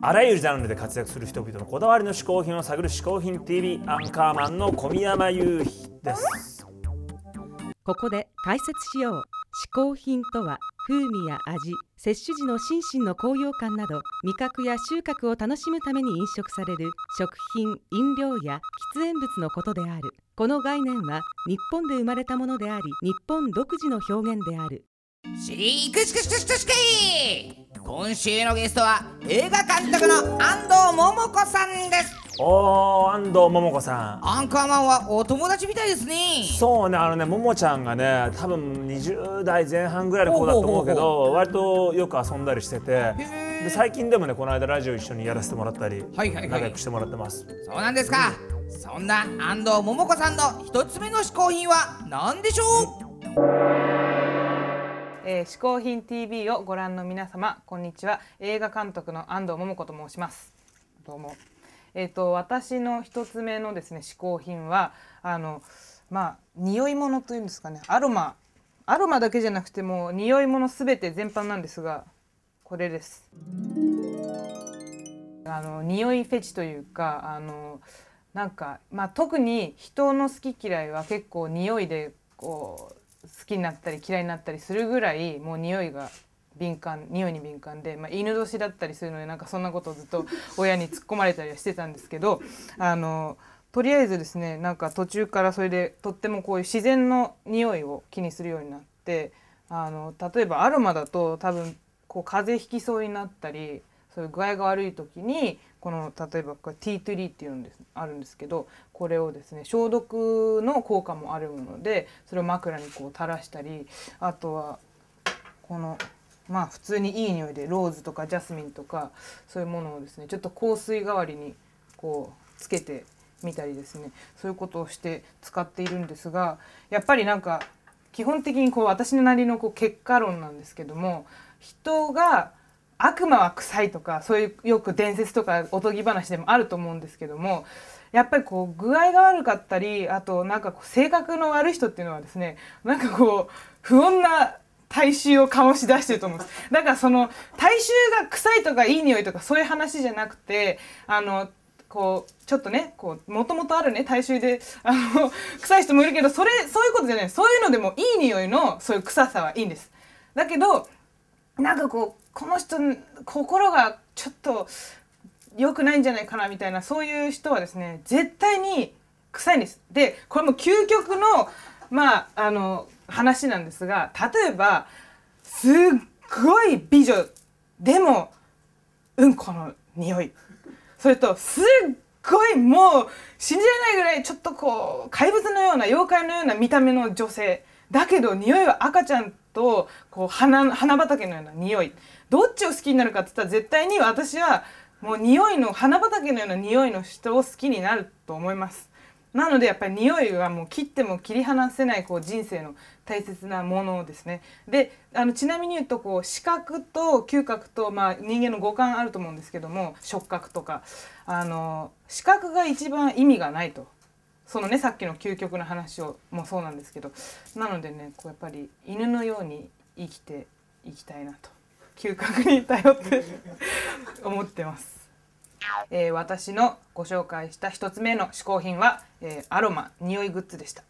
あらゆるジャンルで活躍する人々のこだわりの嗜好品を探る嗜好品 TV アンカーマンの小宮山雄飛です。 ここで解説しよう。嗜好品とは風味や味、摂取時の心身の高揚感など味覚や収穫を楽しむために飲食される食品、飲料や喫煙物のことである。この概念は日本で生まれたものであり、日本独自の表現である。 しくしくしくしくしくい。今週のゲストは映画監督の安藤桃子さんです。 安藤桃子さん、 アンカーマンはお友達みたいですね。 そうね、桃ちゃんがね、多分20代前半ぐらいの子だと思うけど、割とよく遊んだりしてて、で最近でもね、この間ラジオ一緒にやらせてもらったり、仲良くしてもらってます。 そうなんですか。そんな安藤桃子さんの一つ目の嗜好品は何でしょう？ 嗜好品 TV をご覧の皆様、こんにちは。映画監督の安藤桃子と申します。どうも。私の一つ目のですね、嗜好品は匂い物というんですかね、アロマだけじゃなくても匂い物すべて全般なんですが、これです。匂いフェチというか、特に人の好き嫌いは結構匂いでこう好きになったり嫌いになったりするぐらい、もう匂いに敏感で、犬年だったりするので、そんなことをずっと親に突っ込まれたりはしてたんですけど、とりあえずですね、途中からそれでとってもこういう自然の匂いを気にするようになって、例えばアロマだと多分こう風邪ひきそうになったり、そういう具合が悪い時に例えばこれティートリーっていうのあるんですけど、これをですね、消毒の効果もあるので、それを枕にこう垂らしたり、あとは普通にいい匂いでローズとかジャスミンとかそういうものをですね、ちょっと香水代わりにこうつけてみたりですね、そういうことをして使っているんですが、やっぱり基本的にこう私なりの結果論なんですけども、人が悪魔は臭いとか、そういうよく伝説とかおとぎ話でもあると思うんですけども、やっぱりこう具合が悪かったり、あと性格の悪い人っていうのはですね、不穏な体臭を醸し出してると思うんです。だからその体臭が臭いとかいい匂いとかそういう話じゃなくて、ちょっとね、もともとあるね体臭で臭い人もいるけど、そういうことじゃない。そういうのでもいい匂いのそういう臭さはいいんです。だけどこの人心がちょっと良くないんじゃないかなみたいな、そういう人はですね、絶対に臭いんです。でこれも究極の話なんですが、例えばすっごい美女でもうんこの匂い、それとすっごいもう信じられないぐらいちょっとこう怪物のような妖怪のような見た目の女性だけど、匂いは赤ちゃんとこう花畑のような匂い、どっちを好きになるかって言ったら、絶対に私はもう花畑のような匂いの人を好きになると思います。なのでやっぱり匂いはもう切っても切り離せない人生の大切なものですね。でちなみに言うと視覚と嗅覚と、人間の五感あると思うんですけども、触覚とか視覚が一番意味がないと、そのね、さっきの究極の話もそうなんですけど、なのでね、やっぱり犬のように生きていきたいなと、嗅覚に頼って思ってます。私のご紹介した一つ目の嗜好品は、アロマ匂いグッズでした。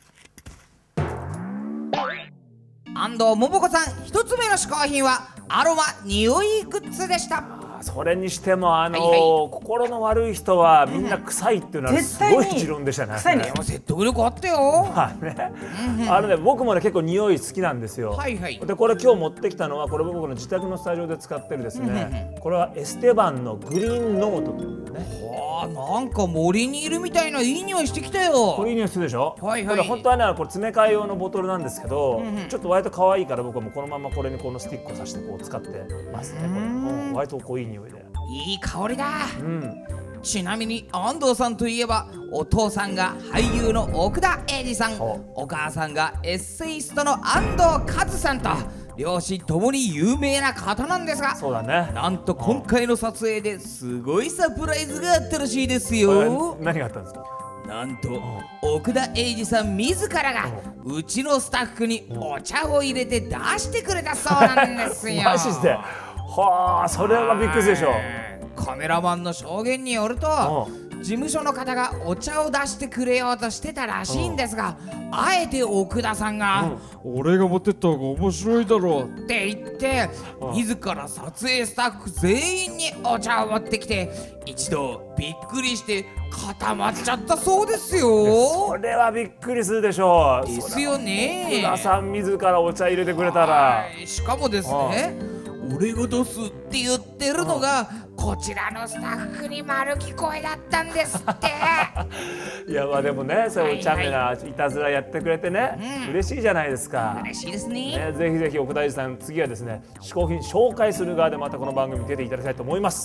安藤桃子さん一つ目の嗜好品はアロマ匂いグッズでした。 それにしても心の悪い人はみんな臭いっていうのはすごい持論でしたね。 臭いね。 説得力あったよ。 僕もね、結構匂い好きなんですよ。でこれ今日持ってきたのは、これ僕の自宅のスタジオで使ってるですね、これはエステバンのグリーンノートというね。 森にいるみたいないい匂いしてきたよ。 これいい匂いするでしょ。これ本当はね、これ詰め替え用のボトルなんですけど、ちょっと割と可愛いから、僕はもうこのままこれにこのスティックを刺して使ってますね。これ割といい匂いでいい香りだ。ちなみに安藤さんといえば、お父さんが俳優の奥田瑛二さん、お母さんがエッセイストの安藤和さんと、両親ともに有名な方なんですが、 そうだね、 なんと今回の撮影ですごいサプライズがあったらしいですよ。 何があったんですか？ なんと奥田瑛二さん自らがうちのスタッフにお茶を入れて出してくれたそうなんですよ。 マジで？はあ、それはびっくりでしょ。 こカメラマンの証言によると、事務所の方がお茶を出してくれようとしてたらしいんですが、あえて奥田さんが俺が持ってった方が面白いだろうって言って自ら撮影スタッフ全員にお茶を持ってきて、一度びっくりして固まっちゃったそうですよ。 それはびっくりするでしょう。 ですよね。 福田さん自らお茶入れてくれたら。 しかもですね、俺が出すって言ってるのがこちらのスタッフに丸聞こえだったんですっていやまあでもね、そういうお茶目ないたずらやってくれてね、嬉しいじゃないですか。 嬉しいですね。 ぜひぜひ奥大寺さん、次はですね、嗜好品紹介する側でまたこの番組に出ていただきたいと思います。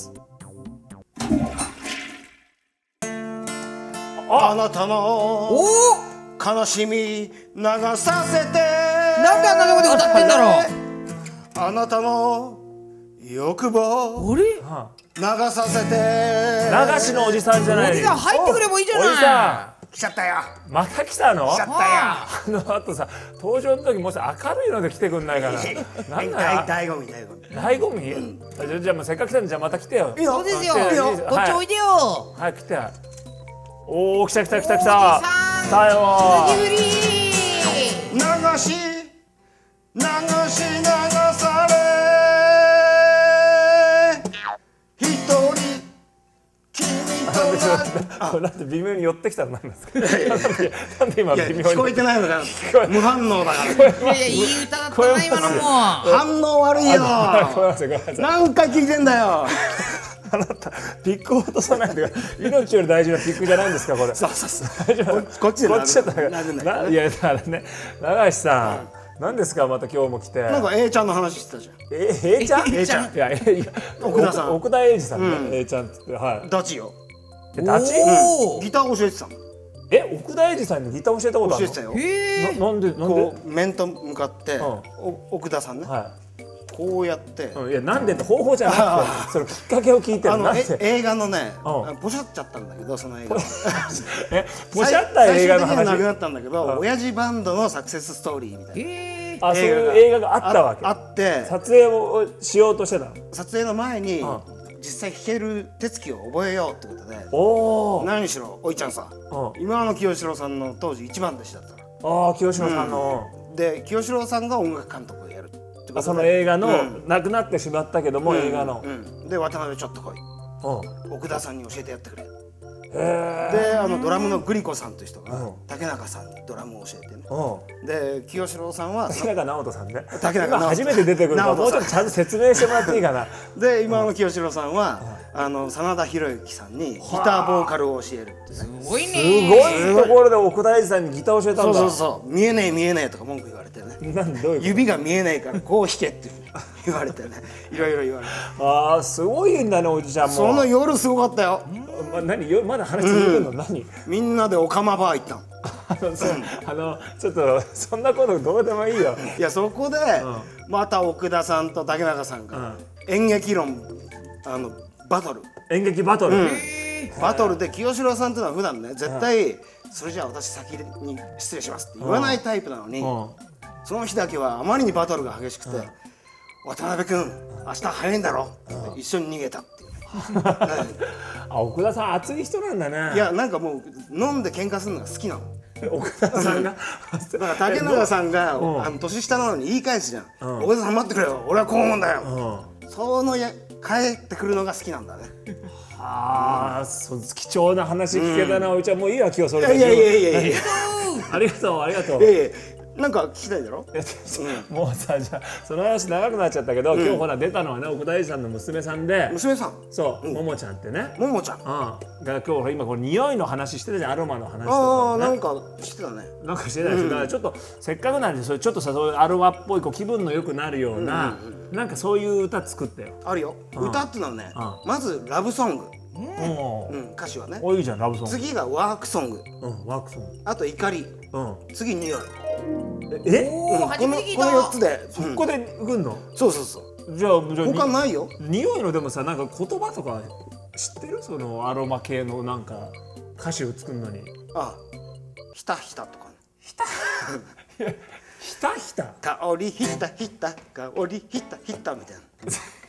あなたのおお、 悲しみ流させて、 なんであんなとこで歌ってんだろう。 あなたの欲望あれ、 流させて。 流しのおじさんじゃない。 おじさん入ってくればいいじゃない。 おじさ来ちゃったよん、また来たの？ 来ちゃったよ。 あとさ、登場の時もし明るいので来てくんないかな。なんだ？ 醍醐味醍醐味。 醍醐味？じゃあもうせっかく来たんで、じゃあまた来てよ。 いいよそうですよ。 いいよこっちおいでよ。 はい、来て。おお、来た来た来た来た。来たよ。 フリー。 流し流され、一人君となんで微妙に寄ってきたのなんですか？なんで今いや微妙に聞こえてないのが無反応だからいやいや、いい歌だったな今のも。 反応悪いよ。 ごめんなさいごめんなさい。 何回聞いてんだよ。 あなたピックを落とさないで、命より大事なピックじゃないんですかこれ。 そうそうそう。 大丈夫？ こっちでこっちだったなぜないいやだからね、長橋さん、何ですかまた今日も来て。 なんか A ちゃんの話してたじゃん。 A ちゃん？ A ちゃんいやいや奥田さん奥田英二さんね、A ちゃんって言って、はいダチよ。 ダチ？ おーギター教えてたの。 奥田英二さんにギター教えたことあるの？ 教えてたよ。 へえ。 なんでこう面と向かって、 ん奥田さんね、 はこうやって、 い。いやなんでって方法じゃなくて、そのきっかけを聞いてる。なんで？ 映画のね、 うんポシャっちゃったんだけど、その映画ポシャった映画の最終的にはなく話。 なったんだけど、親父バンドのサクセスストーリーみたいなへえ。 あ、そういう映画があったわけ。 あって撮影をしようとしてたの。 撮影の前に、 ん実際弾ける手つきを覚えようってことで、 おお。 何しろおいちゃんさ、 うん今の清志郎さんの当時一番弟子だったああ、清志郎さんの。 の、で清志郎さんが音楽監督をやるってことで、 その映画の、 うんなくなってしまったけども、映画の。 で渡辺ちょっと来い、 うん。 奥田さんに教えてやってくれ。 へえ。 でドラムのグリコさんという人が、 うん竹中さんにドラムを教えてね、 うん。 で清志郎さんは竹中直人さんね。 竹中今初めて出てくるから、 直人さんもうちょっとちゃんと説明してもらっていいかな。 で今の清志郎さんは、真田広之さんにギターボーカルを教えるってね。 すごいすね。 ごいところで奥田英二さんにギター教えたんだ。 そうそうそう、見えねえ見えねえとか文句言われてね、 なんでどういうこ指が見えねえからこう弾けって言われてね、いろいろ言われて、 と？ああ、すごいんだね、おじちゃんも。 その夜すごかったよ。 何よ、まだ話続くの？何？ みんなでオカマバー行ったの。 ちょっとそんなことどうでもいいよ。 いやそこで、また奥田さんと竹中さんが、演劇論バトル、 演劇バトル。 バトルで清志郎さんっていうのは普段ね絶対、それじゃあ私先に失礼しますって言わないタイプなのに、その日だけはあまりにバトルが激しくて、渡辺君明日早いんだろって一緒に逃げたっていうね。 あ、奥田さん熱い人なんだね。 いやなんかもう飲んで喧嘩するのが好きなの。 奥田さんが。 だから竹中さんが年下なのに言い返すじゃん。奥田さん待ってくれよ、俺はこう思うんだよ。その帰ってくるのが好きなんだね。 ああ、貴重な話聞けたな、おいちゃん。もういいわ、今日それで。 いやいやいやいやありがとう、ありがとう。 いやいや、なんか聞きたいだろ。 もうさ、じゃあその話長くなっちゃったけど、今日ほら出たのはね、奥田英二さんの娘さんで、 娘さんそうももちゃんってね、 ももちゃん。 が今日ほら今これ匂いの話してたじゃん、アロマの話とああ、 かね。 なんか知ってたね。 なんかしてないですが、ちょっとせっかくなんで、それちょっとさ、そういうアロマっぽいこう気分の良くなるような、なんかそういう歌作ってよ。 あるよ。歌っていうのはね、まずラブソング、 お歌詞はね。 お、いいじゃん、ラブソング。 次がワークソング、 ワークソング。 あと怒り、次匂い。 え、 おお、初めて聞いた。 この4つで、 ここで来んの？ そうそうそう。 じゃあ他ないよ。 匂いのでもさ、なんか言葉とか知ってる？そのアロマ系のなんか歌詞を作るのに。 あ、ひたひたとかね。 ひたひた香りひたひた香りひたひたみたいな。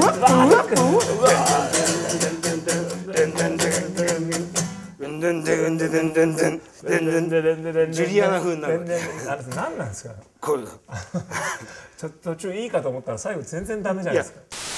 ジュリアナ風になる。 何なんですか。 こういう。 ちょっと途中いいかと思ったら最後全然ダメじゃないですか。